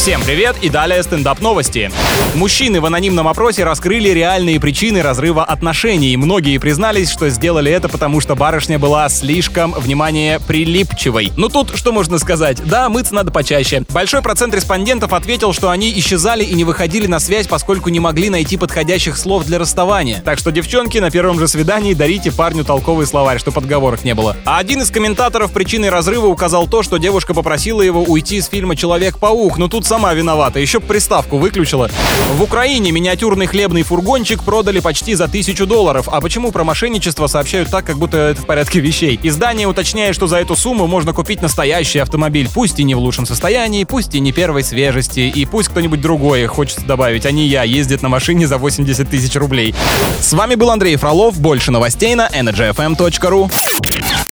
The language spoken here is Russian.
Всем привет и далее стендап-новости. Мужчины в анонимном опросе раскрыли реальные причины разрыва отношений. Многие признались, что сделали это потому, что барышня была слишком, внимание, прилипчивой. Ну тут что можно сказать? Да, мыться надо почаще. Большой процент респондентов ответил, что они исчезали и не выходили на связь, поскольку не могли найти подходящих слов для расставания. Так что, девчонки, на первом же свидании дарите парню толковый словарь, чтобы отговорок не было. А один из комментаторов причиной разрыва указал то, что девушка попросила его уйти из фильма «Человек-паук», но тут сама виновата, еще приставку выключила. В Украине миниатюрный хлебный фургончик продали почти за $1000. А почему про мошенничество сообщают так, как будто это в порядке вещей? Издание уточняет, что за эту сумму можно купить настоящий автомобиль, пусть и не в лучшем состоянии, пусть и не первой свежести, и пусть кто-нибудь другой, хочется добавить, а не я, ездит на машине за 80 000 рублей. С вами был Андрей Фролов. Больше новостей на energyfm.ru.